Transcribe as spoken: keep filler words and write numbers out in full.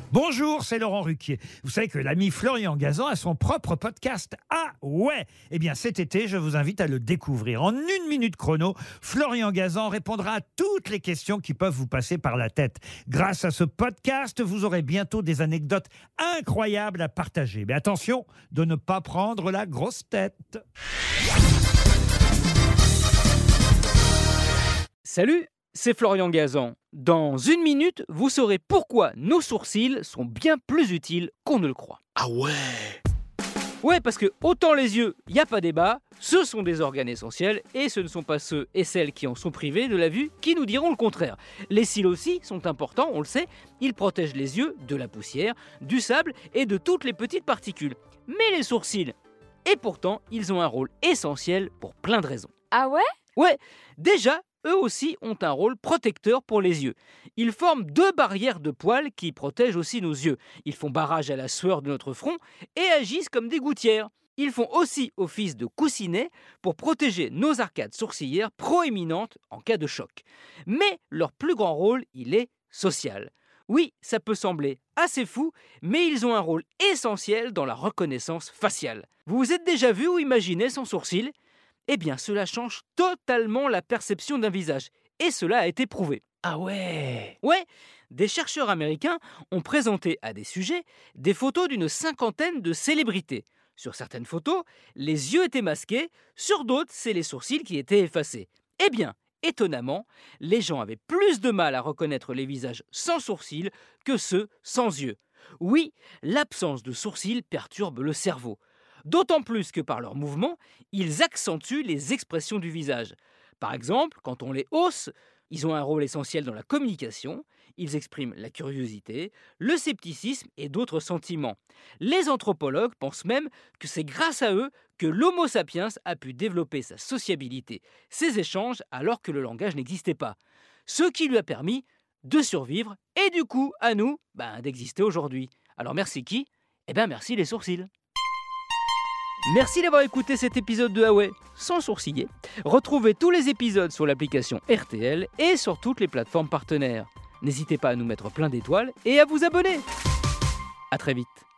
Bonjour, c'est Laurent Ruquier. Vous savez que l'ami Florian Gazan a son propre podcast. Ah ouais! Eh bien cet été, je vous invite à le découvrir. En une minute chrono, Florian Gazan répondra à toutes les questions qui peuvent vous passer par la tête. Grâce à ce podcast, vous aurez bientôt des anecdotes incroyables à partager. Mais attention de ne pas prendre la grosse tête. Salut, c'est Florian Gazan. Dans une minute, vous saurez pourquoi nos sourcils sont bien plus utiles qu'on ne le croit. Ah ouais! Ouais, parce que autant les yeux, il n'y a pas débat, ce sont des organes essentiels et ce ne sont pas ceux et celles qui en sont privés de la vue qui nous diront le contraire. Les cils aussi sont importants, on le sait, ils protègent les yeux de la poussière, du sable et de toutes les petites particules. Mais les sourcils, et pourtant, ils ont un rôle essentiel pour plein de raisons. Ah ouais? Ouais, déjà, eux aussi ont un rôle protecteur pour les yeux. Ils forment deux barrières de poils qui protègent aussi nos yeux. Ils font barrage à la sueur de notre front et agissent comme des gouttières. Ils font aussi office de coussinets pour protéger nos arcades sourcilières proéminentes en cas de choc. Mais leur plus grand rôle, il est social. Oui, ça peut sembler assez fou, mais ils ont un rôle essentiel dans la reconnaissance faciale. Vous vous êtes déjà vu ou imaginé sans sourcils ? Eh bien, cela change totalement la perception d'un visage. Et cela a été prouvé. Ah ouais! Ouais, des chercheurs américains ont présenté à des sujets des photos d'une cinquantaine de célébrités. Sur certaines photos, les yeux étaient masqués, sur d'autres, c'est les sourcils qui étaient effacés. Eh bien, étonnamment, les gens avaient plus de mal à reconnaître les visages sans sourcils que ceux sans yeux. Oui, l'absence de sourcils perturbe le cerveau. D'autant plus que par leurs mouvements, ils accentuent les expressions du visage. Par exemple, quand on les hausse, ils ont un rôle essentiel dans la communication, ils expriment la curiosité, le scepticisme et d'autres sentiments. Les anthropologues pensent même que c'est grâce à eux que l'Homo sapiens a pu développer sa sociabilité, ses échanges alors que le langage n'existait pas. Ce qui lui a permis de survivre et du coup, à nous, ben, d'exister aujourd'hui. Alors merci qui ? Eh bien merci les sourcils. Merci d'avoir écouté cet épisode de Ah ouais, sans sourciller. Retrouvez tous les épisodes sur l'application R T L et sur toutes les plateformes partenaires. N'hésitez pas à nous mettre plein d'étoiles et à vous abonner. À très vite.